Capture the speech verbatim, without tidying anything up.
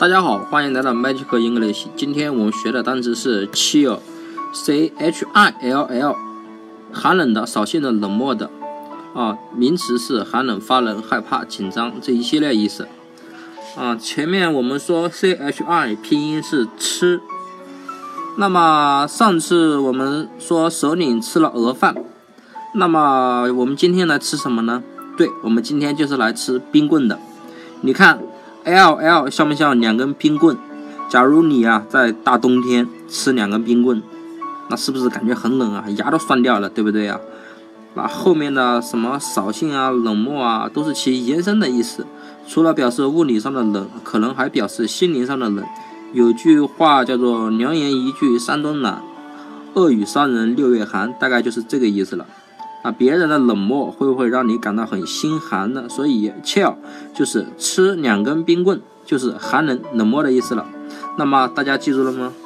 大家好，欢迎来到 Magic English。今天我们学的单词是 chill， C H I L L， 寒冷的、扫兴的、冷漠的啊，名词是寒冷、发冷、害怕、紧张这一系列意思啊。前面我们说 C H I 拼音是吃，那么上次我们说首领吃了鹅饭，那么我们今天来吃什么呢？对，我们今天就是来吃冰棍的。你看 L L 像不像两根冰棍？假如你啊在大冬天吃两根冰棍，那是不是感觉很冷啊，牙都酸掉了，对不对啊？那后面的什么扫兴啊、冷漠啊，都是其延伸的意思。除了表示物理上的冷，可能还表示心灵上的冷。有句话叫做良言一句三冬暖，恶语伤人六月寒，大概就是这个意思了。啊，别人的冷漠会不会让你感到很心寒呢？所以 chill 就是吃两根冰棍，就是寒冷冷漠的意思了。那么大家记住了吗？